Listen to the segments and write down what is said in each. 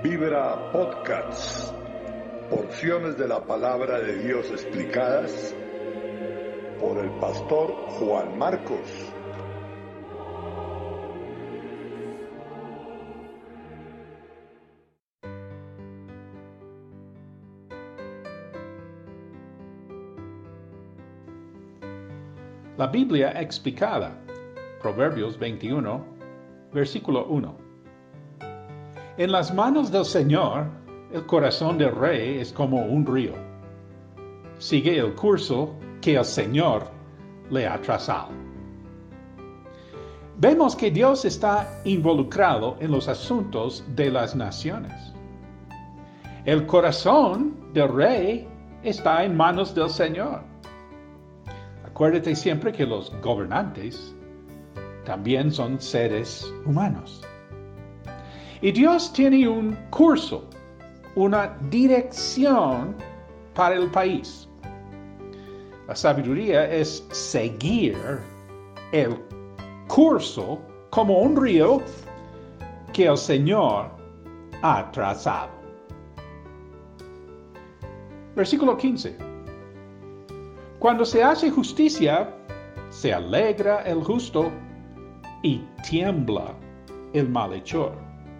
Vibra Podcasts, porciones de la palabra de Dios explicadas por el pastor Juan Marcos. La Biblia explicada, Proverbios 21, versículo 1. En las manos del Señor, el corazón del rey es como un río. Sigue el curso que el Señor le ha trazado. Vemos que Dios está involucrado en los asuntos de las naciones. El corazón del rey está en manos del Señor. Acuérdate siempre que los gobernantes también son seres humanos. Y Dios tiene un curso, una dirección para el país. La sabiduría es seguir el curso como un río que el Señor ha trazado. Versículo 15. Cuando se hace justicia, se alegra el justo y tiembla el malhechor.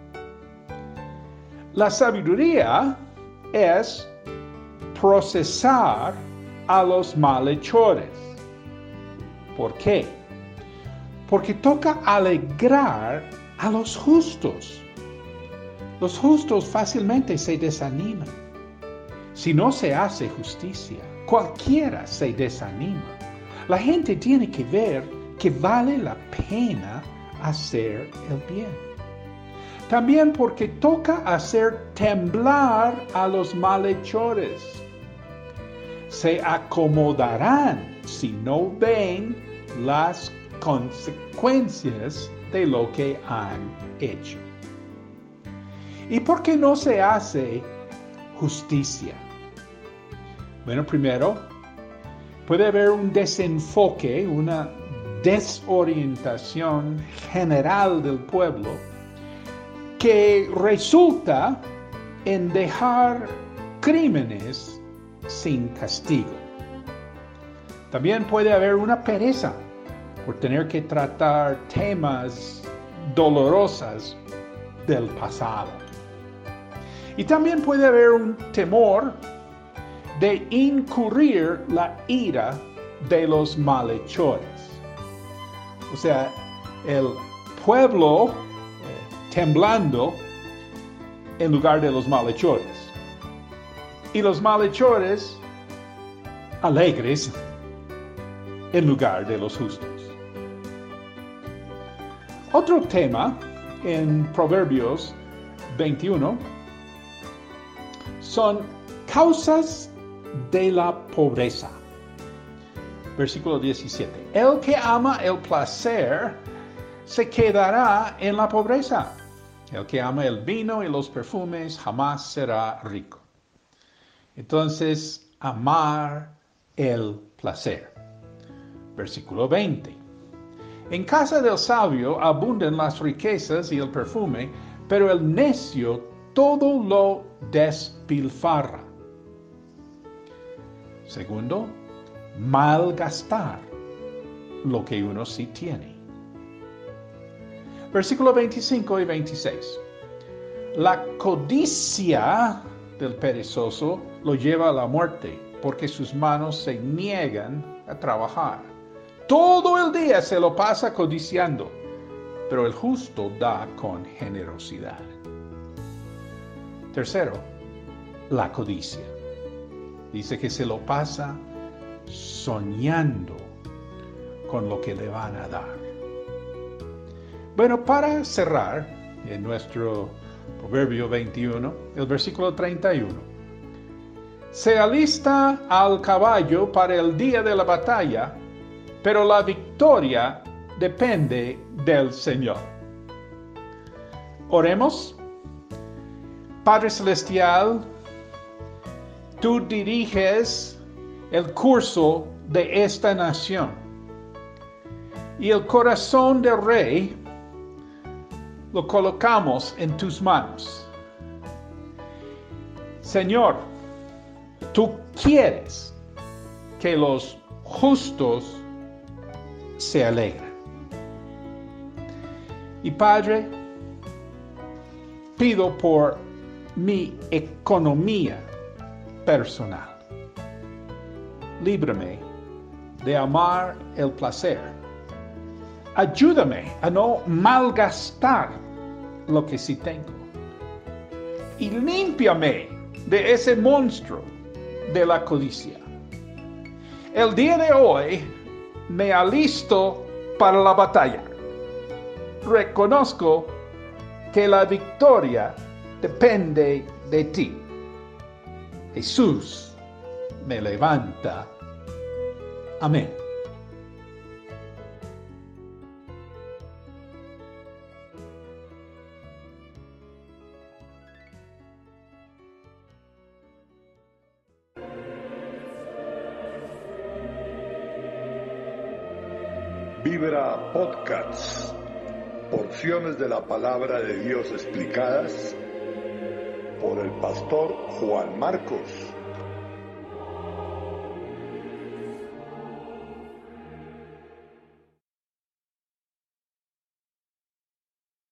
La sabiduría es procesar a los malhechores. ¿Por qué? Porque toca alegrar a los justos. Los justos fácilmente se desaniman. Si no se hace justicia, cualquiera se desanima. La gente tiene que ver que vale la pena hacer el bien. También porque toca hacer temblar a los malhechores. Se acomodarán si no ven las consecuencias de lo que han hecho. ¿Y por qué no se hace justicia? Bueno, primero, puede haber un desenfoque, una desorientación general del pueblo que resulta en dejar crímenes sin castigo. También puede haber una pereza por tener que tratar temas dolorosos del pasado. Y también puede haber un temor de incurrir la ira de los malhechores. O sea, el pueblo temblando en lugar de los malhechores. Y los malhechores alegres en lugar de los justos. Otro tema en Proverbios 21 son causas de la pobreza. Versículo 17. El que ama el placer se quedará en la pobreza. El que ama el vino y los perfumes jamás será rico. Entonces, amar el placer. Versículo 20. En casa del sabio abundan las riquezas y el perfume, pero el necio todo lo despilfarra. Segundo, malgastar lo que uno sí tiene. Versículos 25 y 26. La codicia del perezoso lo lleva a la muerte, porque sus manos se niegan a trabajar. Todo el día se lo pasa codiciando, pero el justo da con generosidad. Tercero, la codicia. Dice que se lo pasa soñando con lo que le van a dar. Bueno, para cerrar en nuestro Proverbio 21, el versículo 31. Se alista al caballo para el día de la batalla, pero la victoria depende del Señor. Oremos. Padre Celestial, tú diriges el curso de esta nación. Y el corazón del rey lo colocamos en tus manos. Señor, tú quieres que los justos se alegren. Y Padre, pido por mi economía personal. Líbrame de amar el placer. Ayúdame a no malgastar lo que sí tengo. Y límpiame de ese monstruo de la codicia. El día de hoy me alisto para la batalla. Reconozco que la victoria depende de ti. Jesús me levanta. Amén. Vibra Podcasts, porciones de la palabra de Dios explicadas por el pastor Juan Marcos.